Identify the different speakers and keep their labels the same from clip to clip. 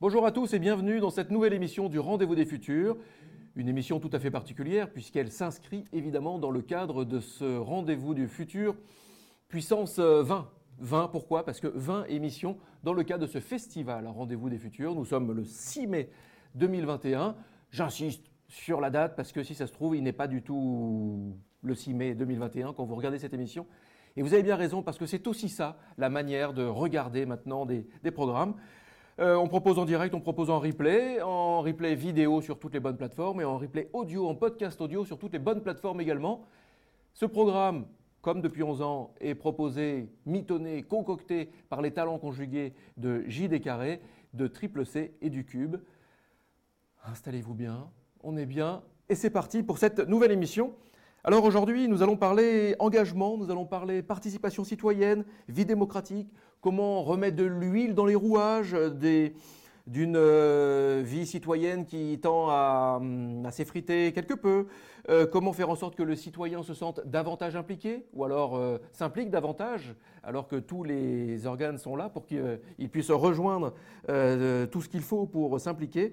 Speaker 1: Bonjour à tous et bienvenue dans cette nouvelle émission du Rendez-vous des Futurs. Une émission tout à fait particulière puisqu'elle s'inscrit évidemment dans le cadre de ce Rendez-vous du Futur puissance 20. 20, pourquoi? Parce que 20 émissions dans le cadre de ce festival Rendez-vous des Futurs. Nous sommes le 6 mai 2021. J'insiste sur la date parce que si ça se trouve, il n'est pas du tout le 6 mai 2021 quand vous regardez cette émission. Et vous avez bien raison parce que c'est aussi ça, la manière de regarder maintenant des programmes. On propose en direct, on propose en replay vidéo sur toutes les bonnes plateformes et en replay audio, en podcast audio sur toutes les bonnes plateformes également. Ce programme, comme depuis 11 ans, est proposé, mitonné, concocté par les talents conjugués de JD Carré, de Triple C et du Cube. Installez-vous bien, on est bien et c'est parti pour cette nouvelle émission. Alors aujourd'hui, nous allons parler engagement, nous allons parler participation citoyenne, vie démocratique, comment remettre de l'huile dans les rouages d'une vie citoyenne qui tend à s'effriter quelque peu, comment faire en sorte que le citoyen se sente davantage impliqué ou alors s'implique davantage alors que tous les organes sont là pour qu'il puisse rejoindre tout ce qu'il faut pour s'impliquer.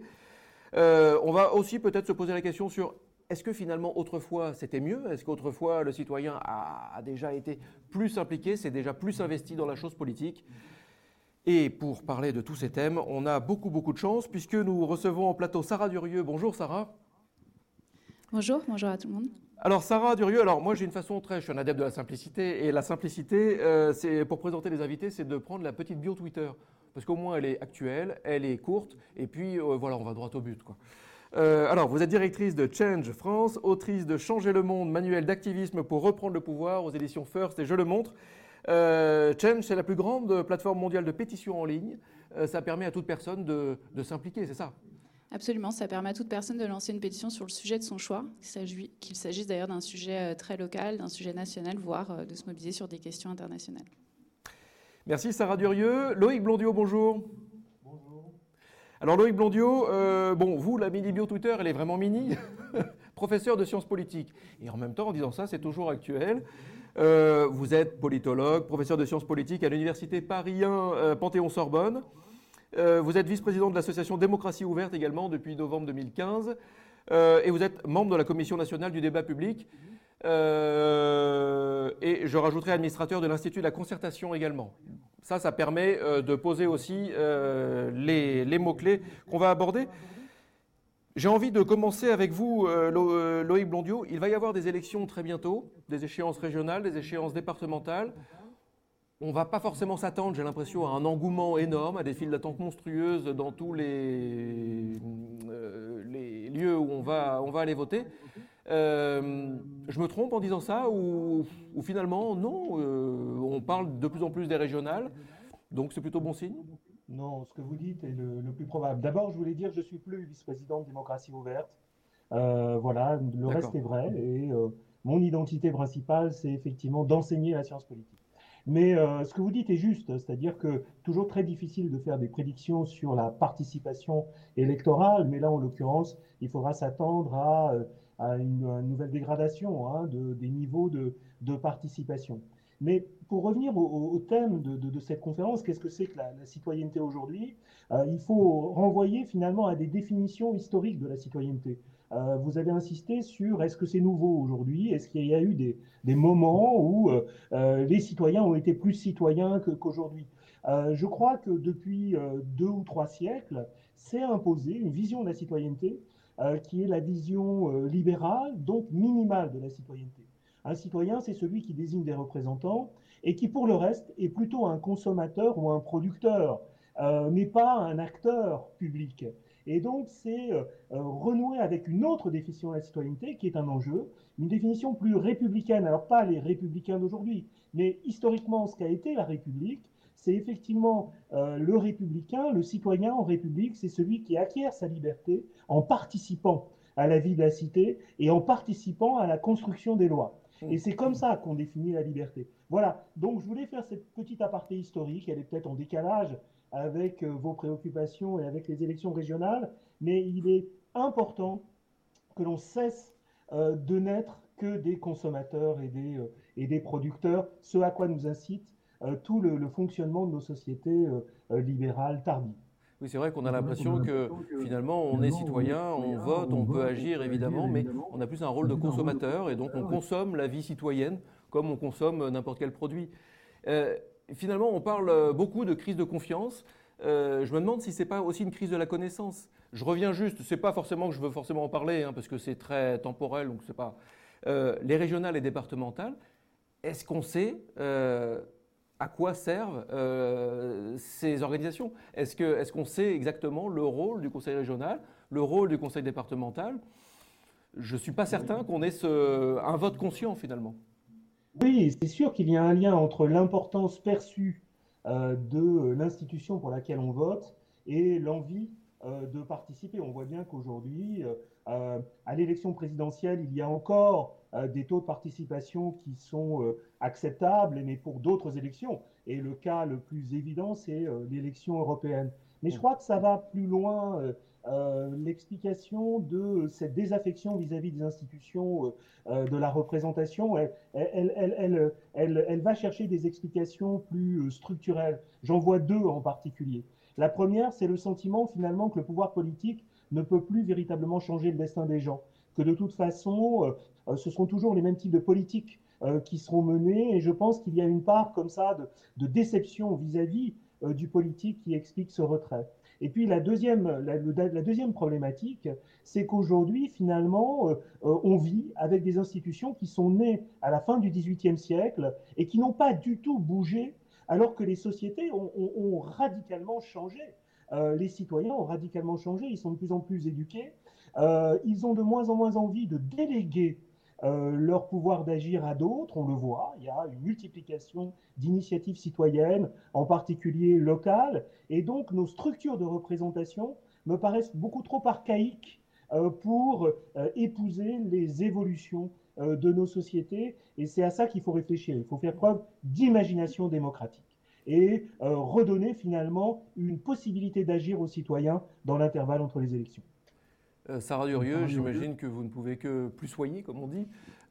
Speaker 1: On va aussi peut-être se poser la question sur est-ce que finalement autrefois c'était mieux? Est-ce qu'autrefois le citoyen a déjà été plus impliqué, s'est déjà plus investi dans la chose politique? Et pour parler de tous ces thèmes, on a beaucoup de chance puisque nous recevons en plateau Sarah Durieux. Bonjour Sarah.
Speaker 2: Bonjour à tout le monde.
Speaker 1: Alors Sarah Durieux, moi j'ai une façon je suis un adepte de la simplicité et la simplicité, c'est pour présenter les invités, c'est de prendre la petite bio Twitter parce qu'au moins elle est actuelle, elle est courte et puis voilà, on va droit au but quoi. Alors, vous êtes directrice de Change France, autrice de Changer le monde, manuel d'activisme pour reprendre le pouvoir aux éditions First et Je le montre. Change, c'est la plus grande plateforme mondiale de pétition en ligne. Ça permet à toute personne de s'impliquer, c'est ça?
Speaker 2: Absolument, ça permet à toute personne de lancer une pétition sur le sujet de son choix, qu'il s'agisse d'ailleurs d'un sujet très local, d'un sujet national, voire de se mobiliser sur des questions internationales.
Speaker 1: Merci Sarah Durieux. Loïc Blondiot, bonjour. Alors Loïc Blondiot, vous, la mini-bio Twitter, elle est vraiment mini, professeur de sciences politiques. Et en même temps, en disant ça, c'est toujours actuel. Vous êtes politologue, professeur de sciences politiques à l'université Paris 1 Panthéon-Sorbonne. Vous êtes vice-président de l'association Démocratie Ouverte également depuis novembre 2015. Et vous êtes membre de la Commission nationale du débat public. Et je rajouterai administrateur de l'Institut de la concertation également. Ça permet de poser aussi les mots-clés qu'on va aborder. J'ai envie de commencer avec vous, Loïc Blondiot. Il va y avoir des élections très bientôt, des échéances régionales, des échéances départementales. On ne va pas forcément s'attendre, j'ai l'impression, à un engouement énorme, à des files d'attente monstrueuses dans tous les lieux où on va aller voter. Je me trompe en disant ça ou finalement, non, on parle de plus en plus des régionales, donc c'est plutôt bon signe?
Speaker 3: Non, ce que vous dites est le plus probable. D'abord, je voulais dire que je ne suis plus vice-président de Démocratie Ouverte. Voilà, le reste est vrai. Et mon identité principale, c'est effectivement d'enseigner la science politique. Mais ce que vous dites est juste, c'est-à-dire que toujours très difficile de faire des prédictions sur la participation électorale, mais là, en l'occurrence, il faudra s'attendre à une nouvelle dégradation des niveaux de participation. Mais pour revenir au thème de cette conférence, qu'est-ce que c'est que la citoyenneté aujourd'hui? Il faut renvoyer finalement à des définitions historiques de la citoyenneté. Vous avez insisté sur est-ce que c'est nouveau aujourd'hui? Est-ce qu'il y a eu des moments où les citoyens ont été plus citoyens qu'aujourd'hui? Je crois que depuis 2 ou 3 siècles, s'est imposée une vision de la citoyenneté qui est la vision libérale, donc minimale de la citoyenneté. Un citoyen, c'est celui qui désigne des représentants et qui, pour le reste, est plutôt un consommateur ou un producteur, mais pas un acteur public. Et donc, c'est renouer avec une autre définition de la citoyenneté qui est un enjeu, une définition plus républicaine. Alors, pas les républicains d'aujourd'hui, mais historiquement, ce qu'a été la République, c'est effectivement le républicain, le citoyen en République, c'est celui qui acquiert sa liberté en participant à la vie de la cité et en participant à la construction des lois. Et c'est comme ça qu'on définit la liberté. Voilà, donc je voulais faire cette petite aparté historique, elle est peut-être en décalage avec vos préoccupations et avec les élections régionales, mais il est important que l'on cesse de n'être que des consommateurs et des producteurs, ce à quoi nous incite tout le fonctionnement de nos sociétés libérales tardives.
Speaker 1: Oui, c'est vrai qu'on a l'impression que finalement on est citoyen, on vote, on peut agir évidemment, mais on a plus un rôle de consommateur et donc on consomme la vie citoyenne comme on consomme n'importe quel produit. Finalement, on parle beaucoup de crise de confiance. Je me demande si ce n'est pas aussi une crise de la connaissance. Je reviens juste, ce n'est pas forcément que je veux forcément en parler, parce que c'est très temporel, donc c'est pas. Les régionales et départementales, est-ce qu'on sait à quoi servent ces organisations? Est-ce qu'on sait exactement le rôle du conseil régional, le rôle du conseil départemental? Je ne suis pas certain qu'on ait un vote conscient finalement.
Speaker 3: Oui, c'est sûr qu'il y a un lien entre l'importance perçue de l'institution pour laquelle on vote et l'envie de participer. On voit bien qu'aujourd'hui, à l'élection présidentielle, il y a encore des taux de participation qui sont acceptables, mais pour d'autres élections. Et le cas le plus évident, c'est l'élection européenne. Mais je crois que ça va plus loin. L'explication de cette désaffection vis-à-vis des institutions de la représentation, elle va chercher des explications plus structurelles. J'en vois deux en particulier. La première, c'est le sentiment finalement que le pouvoir politique ne peut plus véritablement changer le destin des gens, que de toute façon, ce seront toujours les mêmes types de politiques qui seront menées, et je pense qu'il y a une part comme ça de déception vis-à-vis du politique qui explique ce retrait. Et puis la deuxième problématique, c'est qu'aujourd'hui, finalement, on vit avec des institutions qui sont nées à la fin du XVIIIe siècle et qui n'ont pas du tout bougé, alors que les sociétés ont radicalement changé. Les citoyens ont radicalement changé, ils sont de plus en plus éduqués, ils ont de moins en moins envie de déléguer leur pouvoir d'agir à d'autres, on le voit, il y a une multiplication d'initiatives citoyennes, en particulier locales, et donc nos structures de représentation me paraissent beaucoup trop archaïques pour épouser les évolutions de nos sociétés, et c'est à ça qu'il faut réfléchir. Il faut faire preuve d'imagination démocratique et redonner finalement une possibilité d'agir aux citoyens dans l'intervalle entre les élections.
Speaker 1: Sarah Durieux, j'imagine que vous ne pouvez que plus soigner, comme on dit.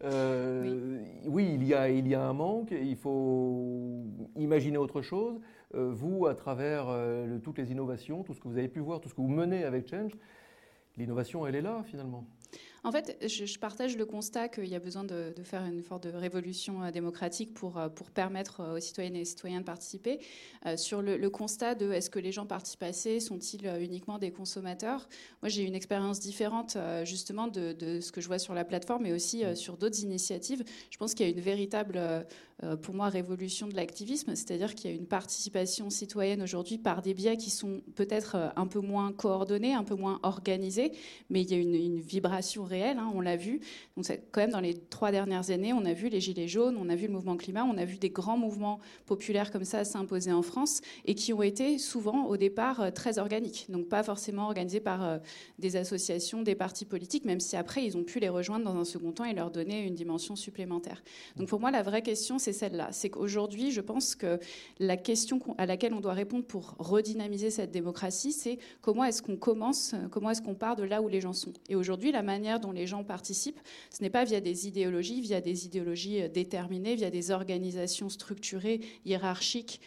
Speaker 1: Oui, il y a un manque, il faut imaginer autre chose. Vous, à travers toutes les innovations, tout ce que vous avez pu voir, tout ce que vous menez avec Change, l'innovation, elle est là finalement.
Speaker 2: En fait, je partage le constat qu'il y a besoin de faire une forme de révolution démocratique pour permettre aux citoyennes et aux citoyens de participer. Sur le constat de est-ce que les gens participent assez, sont-ils uniquement des consommateurs? Moi, j'ai une expérience différente justement de ce que je vois sur la plateforme, mais aussi sur d'autres initiatives. Je pense qu'il y a une véritable, pour moi, révolution de l'activisme, c'est-à-dire qu'il y a une participation citoyenne aujourd'hui par des biais qui sont peut-être un peu moins coordonnés, un peu moins organisés, mais il y a une vibration réelle, on l'a vu. Donc quand même dans les 3 dernières années, on a vu les Gilets jaunes, on a vu le mouvement climat, on a vu des grands mouvements populaires comme ça s'imposer en France et qui ont été souvent au départ très organiques, donc pas forcément organisés par des associations, des partis politiques, même si après ils ont pu les rejoindre dans un second temps et leur donner une dimension supplémentaire. Donc pour moi, la vraie question, c'est celle-là. C'est qu'aujourd'hui, je pense que la question à laquelle on doit répondre pour redynamiser cette démocratie, c'est comment est-ce qu'on commence, comment est-ce qu'on part de là où les gens sont. Et aujourd'hui, la manière dont les gens participent, ce n'est pas via des idéologies déterminées, via des organisations structurées, hiérarchiques,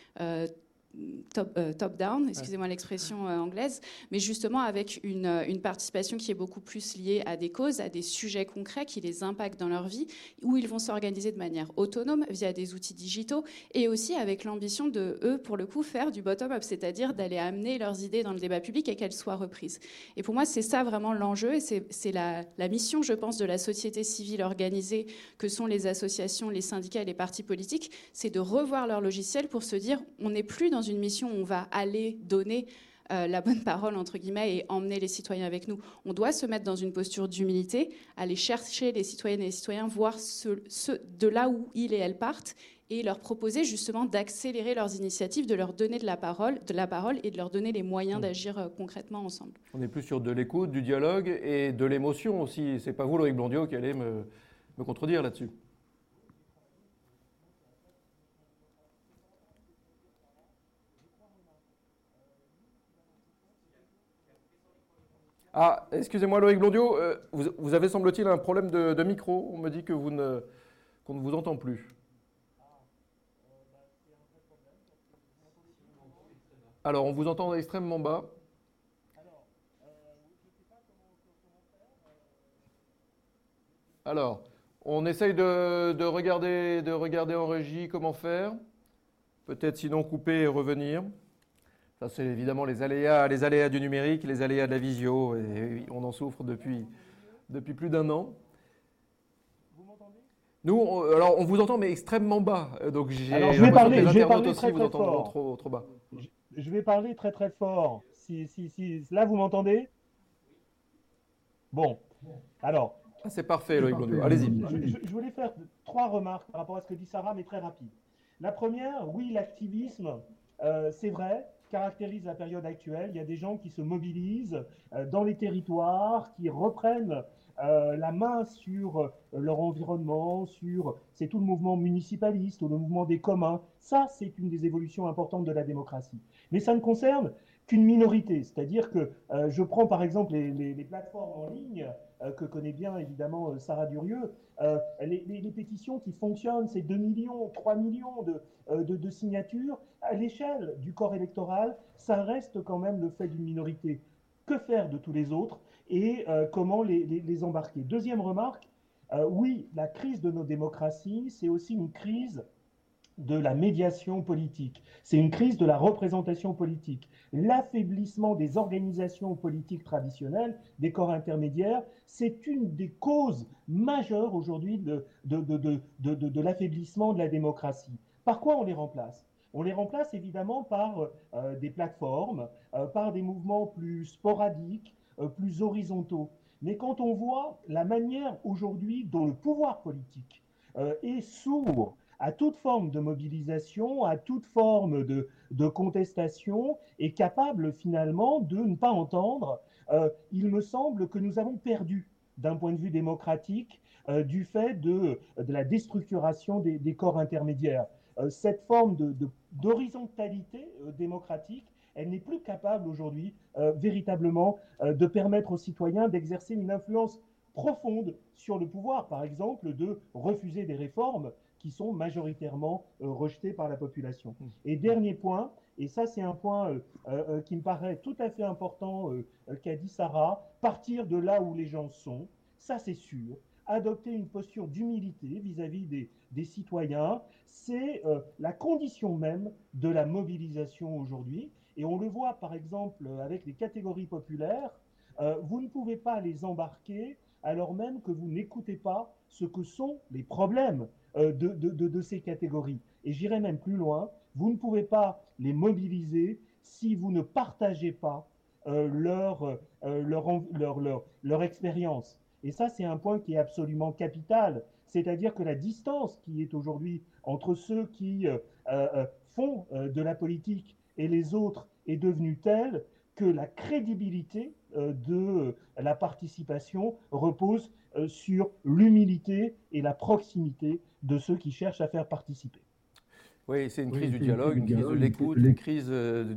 Speaker 2: top-down, excusez-moi l'expression anglaise, mais justement avec une participation qui est beaucoup plus liée à des causes, à des sujets concrets qui les impactent dans leur vie, où ils vont s'organiser de manière autonome via des outils digitaux et aussi avec l'ambition de, eux, pour le coup, faire du bottom-up, c'est-à-dire d'aller amener leurs idées dans le débat public et qu'elles soient reprises. Et pour moi, c'est ça vraiment l'enjeu et c'est la mission, je pense, de la société civile organisée que sont les associations, les syndicats et les partis politiques, c'est de revoir leur logiciel pour se dire, on n'est plus dans une mission où on va aller donner la bonne parole, entre guillemets, et emmener les citoyens avec nous. On doit se mettre dans une posture d'humilité, aller chercher les citoyennes et les citoyens, voir de là où ils et elles partent, et leur proposer justement d'accélérer leurs initiatives, de leur donner de la parole et de leur donner les moyens d'agir concrètement ensemble.
Speaker 1: On est plus sur de l'écoute, du dialogue et de l'émotion aussi. C'est pas vous, Loïc Blondiau, qui allez me contredire là-dessus. Ah, excusez-moi Loïc Blondiau, vous avez semble-t-il un problème de micro. On me dit qu'on ne vous entend plus. Alors, on vous entend extrêmement bas. Alors, on essaye de regarder en régie comment faire. Peut-être sinon couper et revenir. Ça, c'est évidemment les aléas du numérique, les aléas de la visio. Et on en souffre depuis plus d'1 an.
Speaker 3: Vous m'entendez ?
Speaker 1: Nous, on vous entend, mais extrêmement bas. Donc,
Speaker 3: alors, je vais parler
Speaker 1: aussi
Speaker 3: très,
Speaker 1: vous
Speaker 3: très
Speaker 1: entendront
Speaker 3: fort.
Speaker 1: trop bas.
Speaker 3: Je vais parler très très fort. Si, là, vous m'entendez ? Bon, alors.
Speaker 1: Ah, c'est parfait, Loïc Blondeau. Allez-y.
Speaker 3: Je voulais faire 3 remarques par rapport à ce que dit Sarah, mais très rapide. La première, oui, l'activisme, c'est vrai, caractérise la période actuelle. Il y a des gens qui se mobilisent dans les territoires, qui reprennent la main sur leur environnement, c'est tout le mouvement municipaliste ou le mouvement des communs. Ça, c'est une des évolutions importantes de la démocratie. Mais ça ne concerne qu'une minorité. C'est-à-dire que je prends par exemple les plateformes en ligne que connaît bien évidemment Sarah Durieux. Les pétitions qui fonctionnent, c'est 2 millions, 3 millions de signatures. À l'échelle du corps électoral, ça reste quand même le fait d'une minorité. Que faire de tous les autres et comment les embarquer? Deuxième remarque, oui, la crise de nos démocraties, c'est aussi une crise de la médiation politique. C'est une crise de la représentation politique. L'affaiblissement des organisations politiques traditionnelles, des corps intermédiaires, c'est une des causes majeures aujourd'hui de l'affaiblissement de la démocratie. Par quoi on les remplace? On les remplace évidemment par des plateformes, par des mouvements plus sporadiques, plus horizontaux. Mais quand on voit la manière aujourd'hui dont le pouvoir politique est sourd à toute forme de mobilisation, à toute forme de contestation, est capable finalement de ne pas entendre, il me semble que nous avons perdu d'un point de vue démocratique du fait de la déstructuration des corps intermédiaires. Cette forme d'horizontalité démocratique, elle n'est plus capable aujourd'hui véritablement de permettre aux citoyens d'exercer une influence profonde sur le pouvoir, par exemple, de refuser des réformes qui sont majoritairement rejetées par la population. Et dernier point, et ça c'est un point qui me paraît tout à fait important qu'a dit Sarah, partir de là où les gens sont, ça c'est sûr. Adopter une posture d'humilité vis-à-vis des citoyens, c'est la condition même de la mobilisation aujourd'hui. Et on le voit par exemple avec les catégories populaires, vous ne pouvez pas les embarquer alors même que vous n'écoutez pas ce que sont les problèmes de ces catégories. Et j'irai même plus loin, vous ne pouvez pas les mobiliser si vous ne partagez pas leur expérience. Et ça, c'est un point qui est absolument capital. C'est-à-dire que la distance qui est aujourd'hui entre ceux qui font de la politique et les autres est devenue telle que la crédibilité de la participation repose sur l'humilité et la proximité de ceux qui cherchent à faire participer.
Speaker 1: Oui, c'est une crise du dialogue, une crise de l'écoute, une crise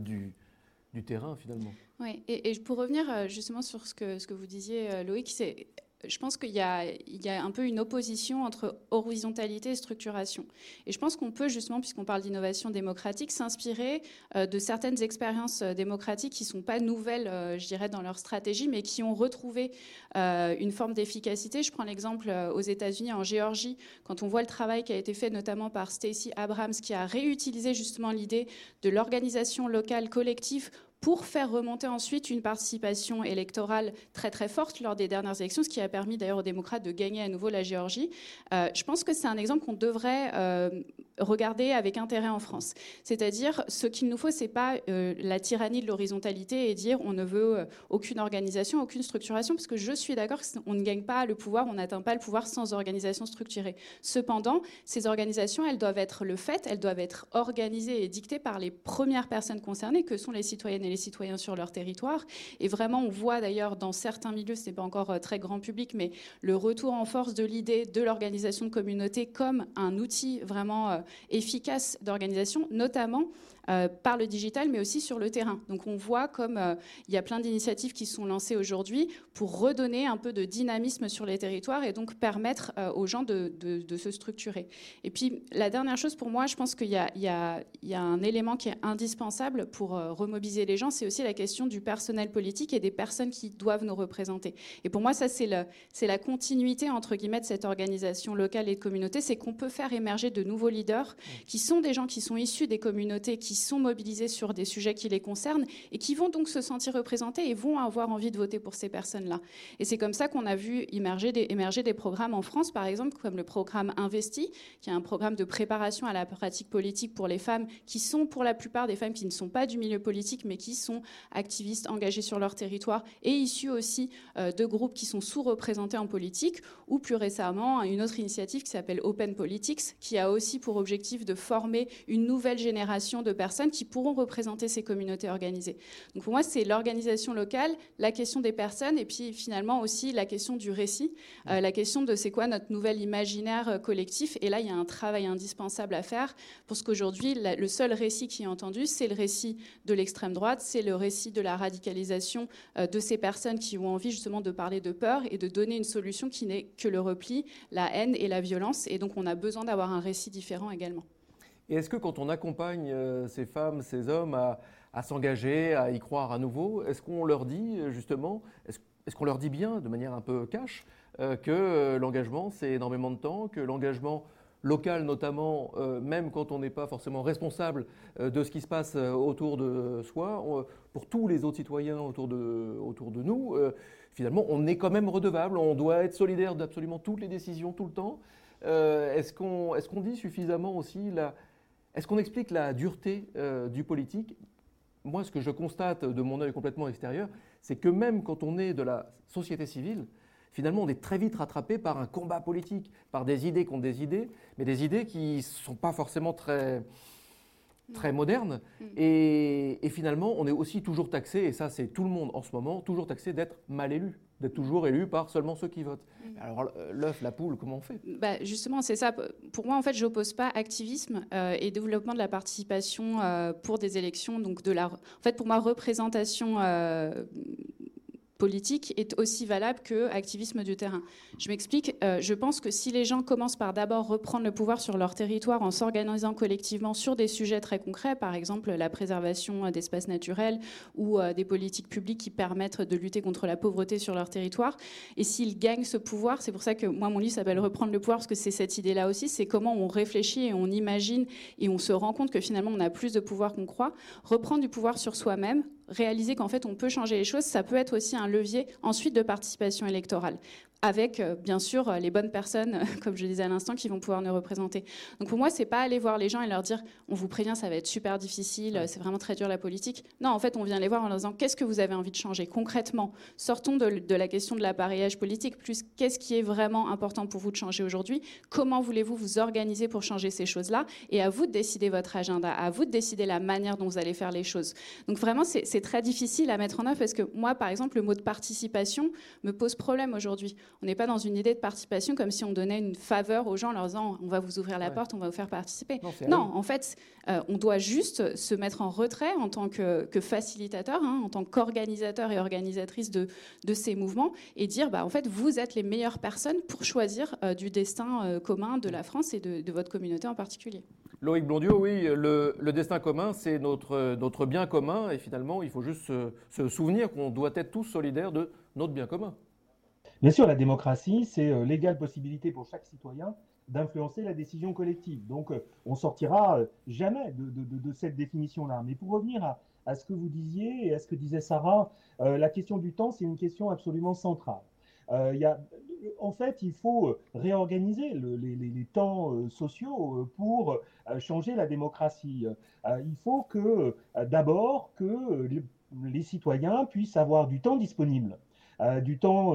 Speaker 1: du terrain finalement.
Speaker 2: Oui, et pour revenir justement sur ce que vous disiez, Loïc, je pense qu'il y a un peu une opposition entre horizontalité et structuration. Et je pense qu'on peut justement, puisqu'on parle d'innovation démocratique, s'inspirer de certaines expériences démocratiques qui ne sont pas nouvelles, je dirais, dans leur stratégie, mais qui ont retrouvé une forme d'efficacité. Je prends l'exemple aux États-Unis, en Géorgie, quand on voit le travail qui a été fait notamment par Stacey Abrams, qui a réutilisé justement l'idée de l'organisation locale collective pour faire remonter ensuite une participation électorale très très forte lors des dernières élections, ce qui a permis d'ailleurs aux démocrates de gagner à nouveau la Géorgie. Je pense que c'est un exemple qu'on devrait regarder avec intérêt en France. C'est-à-dire, ce qu'il nous faut, c'est pas la tyrannie de l'horizontalité et dire on ne veut aucune organisation, aucune structuration, parce que je suis d'accord qu'on ne gagne pas le pouvoir, on n'atteint pas le pouvoir sans organisation structurée. Cependant, ces organisations, elles doivent être le fait, elles doivent être organisées et dictées par les premières personnes concernées, que sont les citoyennes et les citoyens sur leur territoire. Et vraiment, on voit d'ailleurs dans certains milieux, ce n'est pas encore très grand public, mais le retour en force de l'idée de l'organisation de communauté comme un outil vraiment efficace d'organisation, notamment par le digital, mais aussi sur le terrain. Donc on voit comme il y a plein d'initiatives qui sont lancées aujourd'hui pour redonner un peu de dynamisme sur les territoires et donc permettre aux gens de se structurer. Et puis la dernière chose pour moi, je pense qu'il y a un élément qui est indispensable pour remobiliser les gens, c'est aussi la question du personnel politique et des personnes qui doivent nous représenter. Et pour moi, ça c'est la continuité entre guillemets de cette organisation locale et de communauté, c'est qu'on peut faire émerger de nouveaux leaders qui sont des gens qui sont issus des communautés, qui sont mobilisés sur des sujets qui les concernent et qui vont donc se sentir représentés et vont avoir envie de voter pour ces personnes-là. Et c'est comme ça qu'on a vu émerger des programmes en France, par exemple, comme le programme Investi, qui est un programme de préparation à la pratique politique pour les femmes qui sont pour la plupart des femmes qui ne sont pas du milieu politique, mais qui sont activistes engagées sur leur territoire et issues aussi de groupes qui sont sous-représentés en politique, ou plus récemment une autre initiative qui s'appelle Open Politics, qui a aussi pour objectif de former une nouvelle génération de personnes qui pourront représenter ces communautés organisées. Donc pour moi, c'est l'organisation locale, la question des personnes, et puis finalement aussi la question du récit, la question de c'est quoi notre nouvel imaginaire collectif. Et là, il y a un travail indispensable à faire, parce qu'aujourd'hui, le seul récit qui est entendu, c'est le récit de l'extrême droite, c'est le récit de la radicalisation de ces personnes qui ont envie justement de parler de peur et de donner une solution qui n'est que le repli, la haine et la violence. Et donc on a besoin d'avoir un récit différent également.
Speaker 1: Et est-ce que quand on accompagne ces femmes, ces hommes à s'engager, à y croire à nouveau, est-ce qu'on leur dit justement, est-ce qu'on leur dit bien, de manière un peu cash, que l'engagement c'est énormément de temps, que l'engagement local notamment, même quand on n'est pas forcément responsable de ce qui se passe autour de soi, pour tous les autres citoyens autour de nous, finalement on est quand même redevable, on doit être solidaire d'absolument toutes les décisions tout le temps. Est-ce qu'on dit suffisamment aussi, est-ce qu'on explique la dureté du politique ? Moi, ce que je constate de mon œil complètement extérieur, c'est que même quand on est de la société civile, finalement, on est très vite rattrapé par un combat politique, par des idées contre des idées, mais des idées qui ne sont pas forcément très modernes. Et finalement, on est aussi toujours taxé, et ça c'est tout le monde en ce moment, toujours taxé d'être mal élu, d'être toujours élu par seulement ceux qui votent. Alors l'œuf, la poule, comment on fait ?
Speaker 2: Justement, c'est ça. Pour moi, en fait, je n'oppose pas activisme et développement de la participation pour des élections. Donc en fait, pour moi, représentation politique est aussi valable que activisme du terrain. Je m'explique. Je pense que si les gens commencent par d'abord reprendre le pouvoir sur leur territoire en s'organisant collectivement sur des sujets très concrets, par exemple la préservation d'espaces naturels ou des politiques publiques qui permettent de lutter contre la pauvreté sur leur territoire, et s'ils gagnent ce pouvoir, c'est pour ça que moi mon livre s'appelle Reprendre le pouvoir, parce que c'est cette idée-là aussi, c'est comment on réfléchit et on imagine et on se rend compte que finalement on a plus de pouvoir qu'on croit. Reprendre du pouvoir sur soi-même, réaliser qu'en fait on peut changer les choses, ça peut être aussi un levier ensuite de participation électorale, avec bien sûr les bonnes personnes, comme je disais à l'instant, qui vont pouvoir nous représenter. Donc pour moi, c'est pas aller voir les gens et leur dire on vous prévient, ça va être super difficile, c'est vraiment très dur la politique. Non, en fait, on vient les voir en leur disant qu'est-ce que vous avez envie de changer concrètement. Sortons de la question de l'appareillage politique, plus qu'est-ce qui est vraiment important pour vous de changer aujourd'hui, comment voulez-vous vous organiser pour changer ces choses-là, et à vous de décider votre agenda, à vous de décider la manière dont vous allez faire les choses. Donc vraiment, c'est très difficile à mettre en œuvre, parce que moi, par exemple, le mot de participation me pose problème aujourd'hui. On n'est pas dans une idée de participation comme si on donnait une faveur aux gens en leur disant on va vous ouvrir la porte, on va vous faire participer. Non, en fait, on doit juste se mettre en retrait en tant que facilitateur, en tant qu'organisateur et organisatrice de ces mouvements, et dire en fait, vous êtes les meilleures personnes pour choisir du destin commun de la France et de votre communauté en particulier.
Speaker 1: Loïc Blondiau, oui, le destin commun, c'est notre bien commun, et finalement, il faut juste se souvenir qu'on doit être tous solidaires de notre bien commun.
Speaker 3: Bien sûr, la démocratie, c'est l'égale possibilité pour chaque citoyen d'influencer la décision collective. Donc, on sortira jamais de cette définition-là. Mais pour revenir à ce que vous disiez et à ce que disait Sarah, la question du temps, c'est une question absolument centrale. En fait, il faut réorganiser les temps sociaux pour changer la démocratie. Il faut d'abord que les citoyens puissent avoir du temps disponible. Du temps,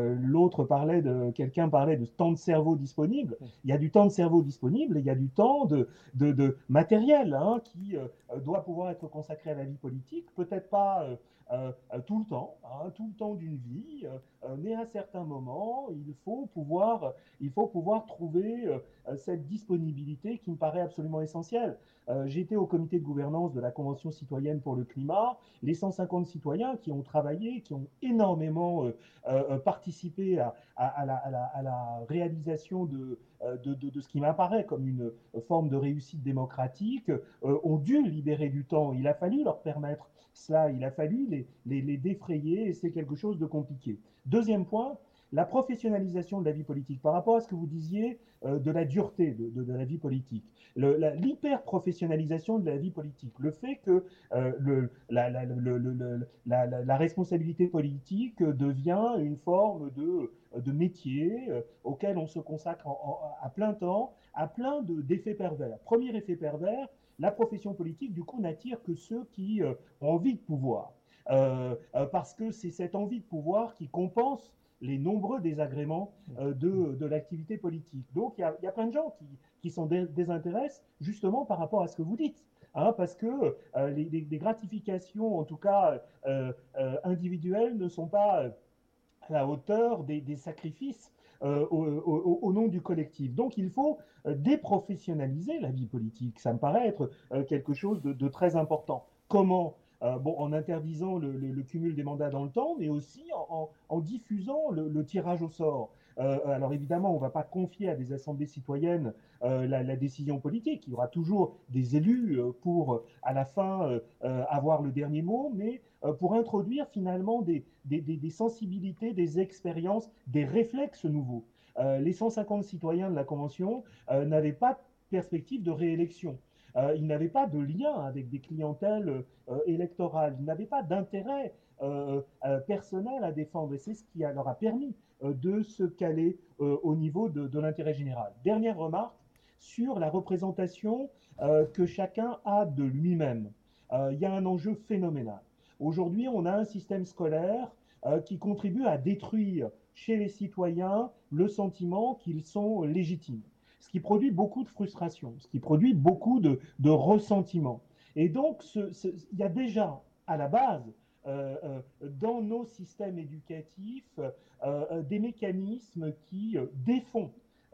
Speaker 3: quelqu'un parlait de temps de cerveau disponible. Il y a du temps de cerveau disponible et il y a du temps de matériel qui doit pouvoir être consacré à la vie politique. Peut-être pas tout le temps d'une vie, mais à certains moments, il faut pouvoir trouver cette disponibilité qui me paraît absolument essentielle. J'étais au comité de gouvernance de la Convention citoyenne pour le climat. Les 150 citoyens qui ont travaillé, qui ont énormément participé à la réalisation de ce qui m'apparaît comme une forme de réussite démocratique, ont dû libérer du temps. Il a fallu leur permettre cela, il a fallu les défrayer, et c'est quelque chose de compliqué. Deuxième point, la professionnalisation de la vie politique. Par rapport à ce que vous disiez de la dureté de la vie politique, l'hyper-professionnalisation de la vie politique, le fait que la responsabilité politique devient une forme de métier auquel on se consacre à plein temps, à plein d'effets pervers. Premier effet pervers, la profession politique, du coup, n'attire que ceux qui ont envie de pouvoir. Parce que c'est cette envie de pouvoir qui compense les nombreux désagréments de l'activité politique. Donc, il y a plein de gens qui s'en désintéressent justement par rapport à ce que vous dites. Parce que les gratifications, en tout cas individuelles, ne sont pas à la hauteur des sacrifices au nom du collectif. Donc il faut déprofessionnaliser la vie politique. Ça me paraît être quelque chose de très important. Comment ? En interdisant le cumul des mandats dans le temps, mais aussi en diffusant le tirage au sort. Alors évidemment, on ne va pas confier à des assemblées citoyennes la décision politique. Il y aura toujours des élus pour, à la fin, avoir le dernier mot, mais pour introduire finalement des sensibilités, des expériences, des réflexes nouveaux. Les 150 citoyens de la Convention n'avaient pas de perspective de réélection. Ils n'avaient pas de lien avec des clientèles électorales. Ils n'avaient pas d'intérêt personnel à défendre. Et c'est ce qui leur a permis de se caler au niveau de l'intérêt général. Dernière remarque sur la représentation que chacun a de lui-même. Il y a un enjeu phénoménal. Aujourd'hui, on a un système scolaire qui contribue à détruire chez les citoyens le sentiment qu'ils sont légitimes, ce qui produit beaucoup de frustration, ce qui produit beaucoup de ressentiment. Et donc, il y a déjà à la base, dans nos systèmes éducatifs, des mécanismes qui défont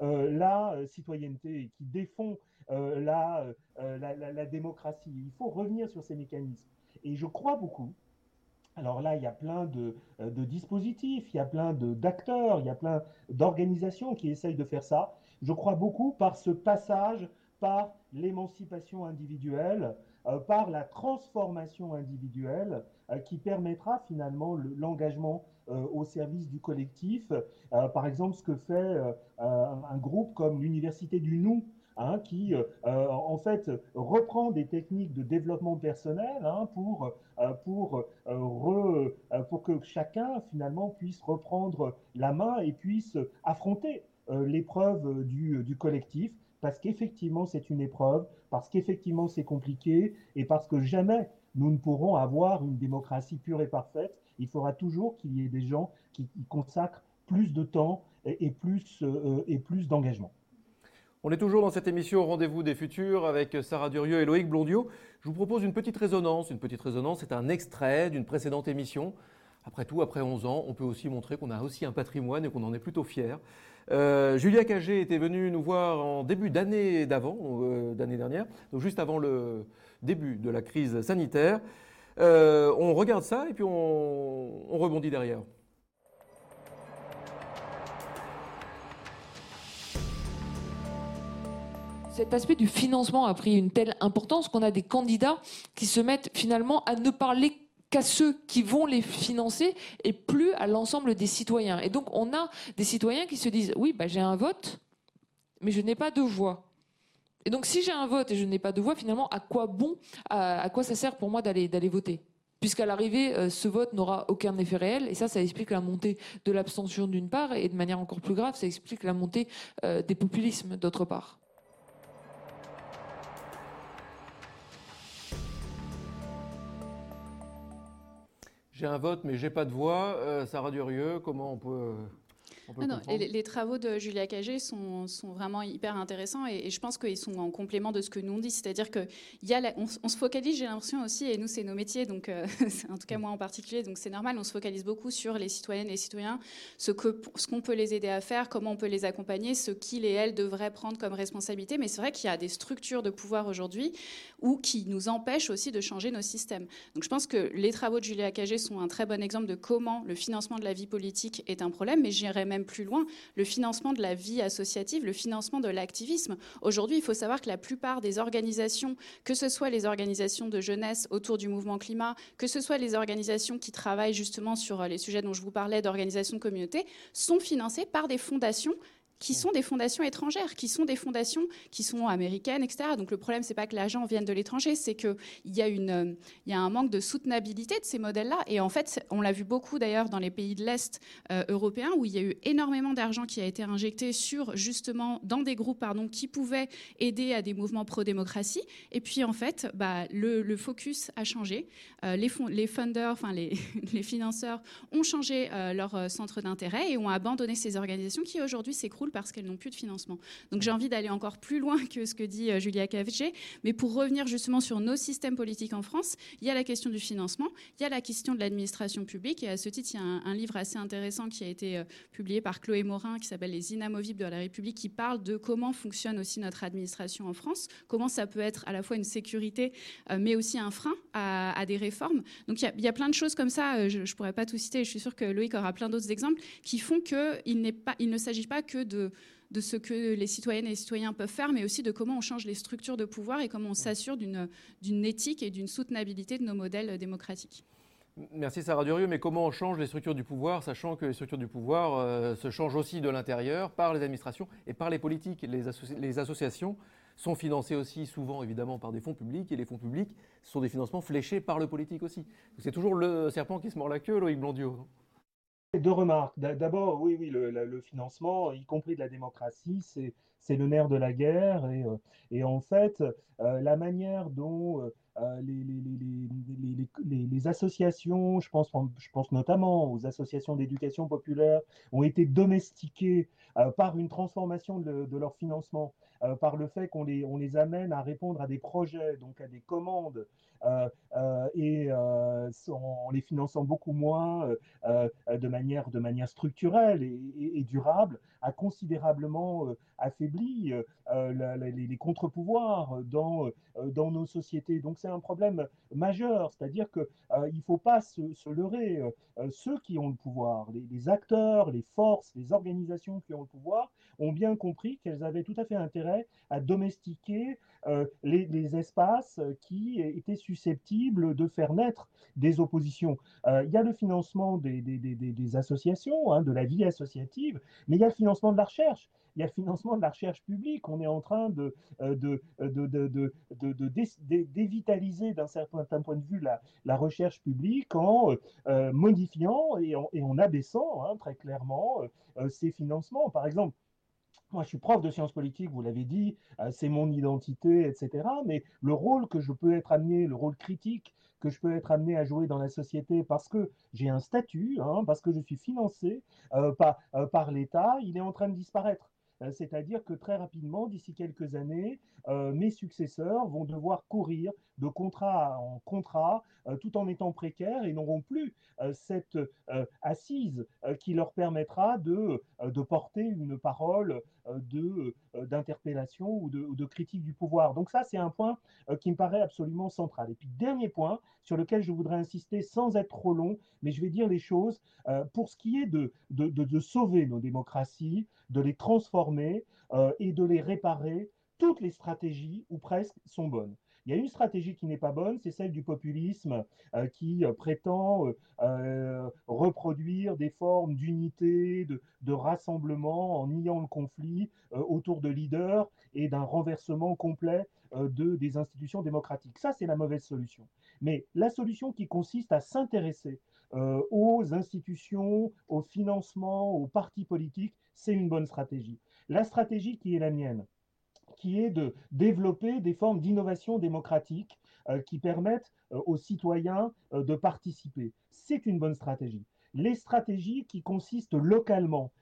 Speaker 3: la citoyenneté, qui défont la démocratie. Il faut revenir sur ces mécanismes. Et je crois beaucoup. Alors là, il y a plein de dispositifs, il y a plein d'acteurs, il y a plein d'organisations qui essayent de faire ça. Je crois beaucoup par ce passage par l'émancipation individuelle, par la transformation individuelle qui permettra finalement l'engagement au service du collectif. Par exemple, ce que fait un groupe comme l'Université du Nous, qui en fait reprend des techniques de développement personnel pour que chacun finalement puisse reprendre la main et puisse affronter l'épreuve du collectif, parce qu'effectivement c'est une épreuve, parce qu'effectivement c'est compliqué et parce que jamais nous ne pourrons avoir une démocratie pure et parfaite. Il faudra toujours qu'il y ait des gens qui consacrent plus de temps et plus d'engagement.
Speaker 1: On est toujours dans cette émission Rendez-vous des futurs avec Sarah Durieux et Loïc Blondiot. Je vous propose une petite résonance. Une petite résonance, c'est un extrait d'une précédente émission. Après tout, après 11 ans, on peut aussi montrer qu'on a aussi un patrimoine et qu'on en est plutôt fiers. Julia Cagé était venue nous voir en début d'année d'année dernière, donc juste avant le début de la crise sanitaire. On regarde ça et puis on rebondit derrière.
Speaker 4: Cet aspect du financement a pris une telle importance qu'on a des candidats qui se mettent finalement à ne parler qu'à ceux qui vont les financer et plus à l'ensemble des citoyens. Et donc on a des citoyens qui se disent « oui, j'ai un vote, mais je n'ai pas de voix ». Et donc si j'ai un vote et je n'ai pas de voix, finalement, à quoi ça sert pour moi d'aller voter ? Puisqu'à l'arrivée, ce vote n'aura aucun effet réel. Et ça explique la montée de l'abstention d'une part, et de manière encore plus grave, ça explique la montée des populismes d'autre part.
Speaker 1: J'ai un vote, mais j'ai pas de voix. Sarah Durieux, comment on peut On peut comprendre.
Speaker 2: Les travaux de Julia Cagé sont vraiment hyper intéressants et je pense qu'ils sont en complément de ce que nous on dit. C'est-à-dire qu'on se focalise, j'ai l'impression aussi, et nous c'est nos métiers, donc en tout cas moi en particulier, donc c'est normal, on se focalise beaucoup sur les citoyennes et les citoyens, ce qu'on peut les aider à faire, comment on peut les accompagner, ce qu'ils et elles devraient prendre comme responsabilité. Mais c'est vrai qu'il y a des structures de pouvoir aujourd'hui qui nous empêchent aussi de changer nos systèmes. Donc je pense que les travaux de Julia Cagé sont un très bon exemple de comment le financement de la vie politique est un problème, mais j'irais même plus loin, le financement de la vie associative, le financement de l'activisme. Aujourd'hui, il faut savoir que la plupart des organisations, que ce soit les organisations de jeunesse autour du mouvement climat, que ce soit les organisations qui travaillent justement sur les sujets dont je vous parlais, d'organisations de communauté, sont financées par des fondations qui sont des fondations étrangères, qui sont des fondations qui sont américaines, etc. Donc le problème, c'est pas que l'argent vienne de l'étranger, c'est qu'il y a un manque de soutenabilité de ces modèles-là. Et en fait, on l'a vu beaucoup d'ailleurs dans les pays de l'Est européens, où il y a eu énormément d'argent qui a été injecté dans des groupes qui pouvaient aider à des mouvements pro-démocratie. Et puis en fait, le focus a changé. Les funders, les financeurs ont changé leur centre d'intérêt et ont abandonné ces organisations qui aujourd'hui s'écroulent parce qu'elles n'ont plus de financement. Donc j'ai envie d'aller encore plus loin que ce que dit Julia Cagé, mais pour revenir justement sur nos systèmes politiques en France, il y a la question du financement, il y a la question de l'administration publique, et à ce titre, il y a un livre assez intéressant qui a été publié par Chloé Morin, qui s'appelle « Les inamovibles de la République », qui parle de comment fonctionne aussi notre administration en France, comment ça peut être à la fois une sécurité, mais aussi un frein à des réformes. Donc il y a plein de choses comme ça, je ne pourrais pas tout citer, je suis sûre que Loïc aura plein d'autres exemples, qui font qu'il ne s'agit pas que de ce que les citoyennes et les citoyens peuvent faire, mais aussi de comment on change les structures de pouvoir et comment on s'assure d'une éthique et d'une soutenabilité de nos modèles démocratiques.
Speaker 1: Merci Sarah Durieux, mais comment on change les structures du pouvoir, sachant que les structures du pouvoir se changent aussi de l'intérieur par les administrations et par les politiques. Les associations sont financées aussi souvent évidemment par des fonds publics, et les fonds publics sont des financements fléchés par le politique aussi. C'est toujours le serpent qui se mord la queue, Loïc Blondiot.
Speaker 3: Deux remarques. D'abord, oui, le financement, y compris de la démocratie, c'est le nerf de la guerre. Et en fait, la manière dont les associations, je pense notamment aux associations d'éducation populaire, ont été domestiquées par une transformation de leur financement, par le fait qu'on les amène à répondre à des projets, donc à des commandes, en les finançant beaucoup moins de manière structurelle et durable, a considérablement affaibli les contre-pouvoirs dans nos sociétés. Donc c'est un problème majeur, c'est-à-dire qu'il ne faut pas se leurrer. Ceux qui ont le pouvoir, les acteurs, les forces, les organisations qui ont le pouvoir, ont bien compris qu'elles avaient tout à fait intérêt à domestiquer les espaces qui étaient susceptibles de faire naître des oppositions. Il y a le financement des associations, de la vie associative, mais il y a le financement de la recherche. Il y a le financement de la recherche publique. On est en train de dévitaliser d'un certain point de vue la recherche publique en modifiant et en abaissant très clairement ces financements. Par exemple, moi, je suis prof de sciences politiques, vous l'avez dit, c'est mon identité, etc. Mais le rôle que je peux être amené, le rôle critique que je peux être amené à jouer dans la société parce que j'ai un statut, parce que je suis financé par l'État, il est en train de disparaître. C'est-à-dire que très rapidement, d'ici quelques années, mes successeurs vont devoir courir de contrat en contrat, tout en étant précaires, et n'auront plus cette assise qui leur permettra de porter une parole d'interpellation ou de critique du pouvoir. Donc ça, c'est un point qui me paraît absolument central. Et puis, dernier point sur lequel je voudrais insister sans être trop long, mais je vais dire les choses, pour ce qui est de sauver nos démocraties, de les transformer et de les réparer, toutes les stratégies, ou presque, sont bonnes. Il y a une stratégie qui n'est pas bonne, c'est celle du populisme qui prétend reproduire des formes d'unité, de rassemblement en niant le conflit autour de leaders et d'un renversement complet des institutions démocratiques. Ça, c'est la mauvaise solution. Mais la solution qui consiste à s'intéresser aux institutions, au financement, aux partis politiques, c'est une bonne stratégie. La stratégie qui est la mienne, qui est de développer des formes d'innovation démocratique qui permettent aux citoyens de participer. C'est une bonne stratégie. Les stratégies qui consistent localement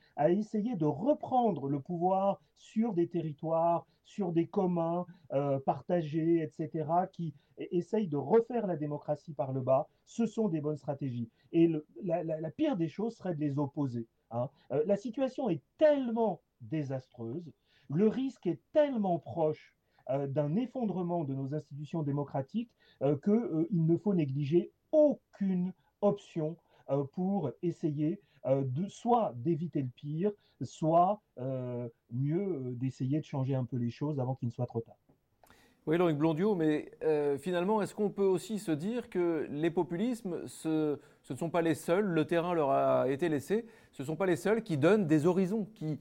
Speaker 3: à essayer de reprendre le pouvoir sur des territoires, sur des communs partagés, etc., qui essayent de refaire la démocratie par le bas, ce sont des bonnes stratégies. Et la pire des choses serait de les opposer. Hein. La situation est tellement désastreuse, le risque est tellement proche d'un effondrement de nos institutions démocratiques qu'il ne faut négliger aucune option pour essayer soit d'éviter le pire, soit mieux d'essayer de changer un peu les choses avant qu'il ne soit trop tard.
Speaker 1: Oui, Loïc Blondiot, mais finalement, est-ce qu'on peut aussi se dire que les populismes, ce ne sont pas les seuls, le terrain leur a été laissé, ce ne sont pas les seuls qui donnent des horizons, qui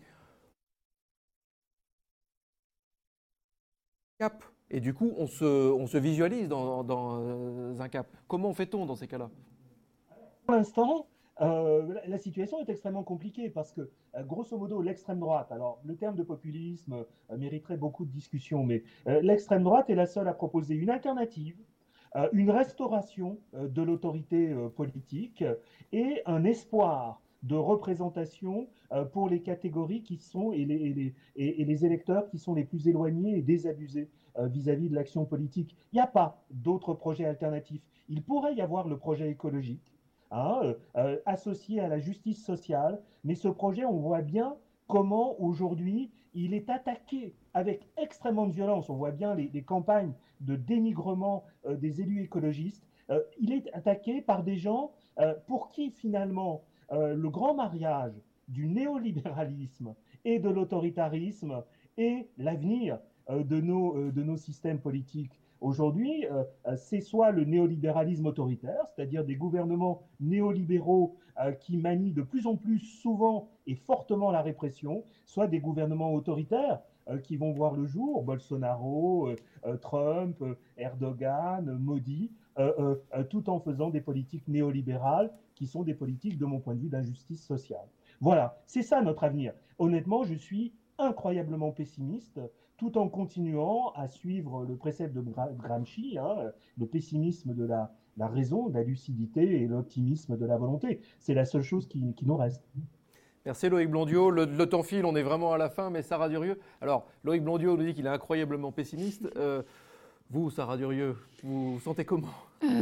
Speaker 1: cap. Et du coup, on se visualise dans un cap. Comment fait-on dans ces cas-là?
Speaker 3: Pour l'instant, la situation est extrêmement compliquée parce que, grosso modo, l'extrême droite, alors le terme de populisme mériterait beaucoup de discussion, mais l'extrême droite est la seule à proposer une alternative, une restauration de l'autorité politique et un espoir de représentation pour les catégories qui sont et les électeurs qui sont les plus éloignés et désabusés vis-à-vis de l'action politique. Il n'y a pas d'autres projets alternatifs. Il pourrait y avoir le projet écologique, hein, associé à la justice sociale, mais ce projet, on voit bien comment aujourd'hui il est attaqué avec extrêmement de violence. On voit bien les campagnes de dénigrement des élus écologistes. Il est attaqué par des gens pour qui finalement le grand mariage du néolibéralisme et de l'autoritarisme est l'avenir de nos systèmes politiques. Aujourd'hui, c'est soit le néolibéralisme autoritaire, c'est-à-dire des gouvernements néolibéraux qui manient de plus en plus souvent et fortement la répression, soit des gouvernements autoritaires qui vont voir le jour, Bolsonaro, Trump, Erdogan, Modi, tout en faisant des politiques néolibérales qui sont des politiques, de mon point de vue, d'injustice sociale. Voilà, c'est ça notre avenir. Honnêtement, je suis incroyablement pessimiste, tout en continuant à suivre le précepte de Gramsci, hein, le pessimisme de la raison, de la lucidité et l'optimisme de la volonté. C'est la seule chose qui nous reste.
Speaker 1: Merci Loïc Blondiot. Le temps file, on est vraiment à la fin, mais Sarah Durieux. Alors, Loïc Blondiot nous dit qu'il est incroyablement pessimiste. Vous, Sarah Durieux, vous vous sentez comment ?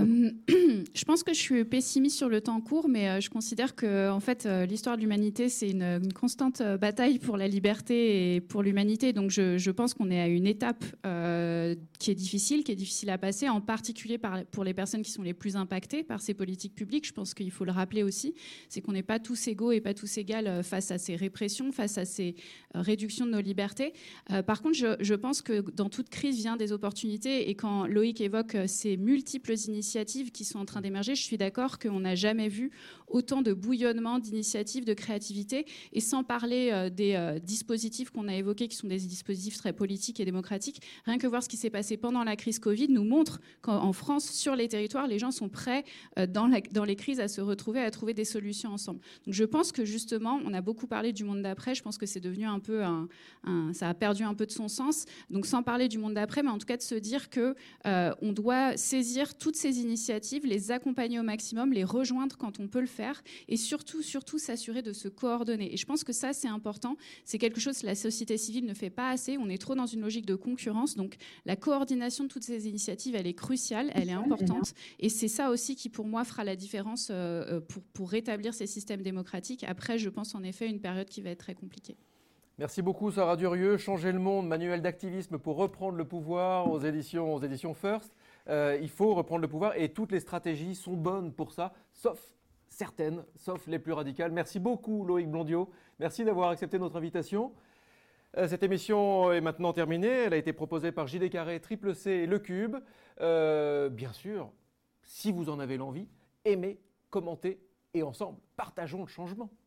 Speaker 2: Je pense que je suis pessimiste sur le temps court, mais je considère que en fait, l'histoire de l'humanité, c'est une constante bataille pour la liberté et pour l'humanité. Donc je pense qu'on est à une étape qui est difficile à passer, en particulier pour les personnes qui sont les plus impactées par ces politiques publiques. Je pense qu'il faut le rappeler aussi, c'est qu'on n'est pas tous égaux et pas tous égales face à ces répressions, face à ces réductions de nos libertés. Par contre, je pense que dans toute crise vient des opportunités, et quand Loïc évoque ces multiples initiatives qui sont en train d'émerger, je suis d'accord qu'on n'a jamais vu autant de bouillonnement, d'initiatives, de créativité, et sans parler des dispositifs qu'on a évoqués, qui sont des dispositifs très politiques et démocratiques. Rien que voir ce qui s'est passé pendant la crise Covid nous montre qu'en France, sur les territoires, les gens sont prêts dans les crises à se retrouver, à trouver des solutions ensemble. Donc je pense que justement, on a beaucoup parlé du monde d'après, je pense que c'est devenu un peu ça a perdu un peu de son sens. Donc sans parler du monde d'après, mais en tout cas de se dire que on doit saisir toutes ces initiatives, les accompagner au maximum, les rejoindre quand on peut le faire, et surtout s'assurer de se coordonner. Et je pense que ça, c'est important. C'est quelque chose que la société civile ne fait pas assez. On est trop dans une logique de concurrence. Donc la coordination de toutes ces initiatives, elle est cruciale, elle est importante. Et c'est ça aussi qui, pour moi, fera la différence pour rétablir ces systèmes démocratiques. Après, je pense en effet une période qui va être très compliquée.
Speaker 1: Merci beaucoup Sarah Durieux. Changer le monde, manuel d'activisme pour reprendre le pouvoir aux éditions First. Il faut reprendre le pouvoir et toutes les stratégies sont bonnes pour ça, sauf certaines, sauf les plus radicales. Merci beaucoup Loïc Blondiot. Merci d'avoir accepté notre invitation. Cette émission est maintenant terminée. Elle a été proposée par JD Carré, Triple C et Le Cube. Bien sûr, si vous en avez l'envie, aimez, commentez et ensemble, partageons le changement.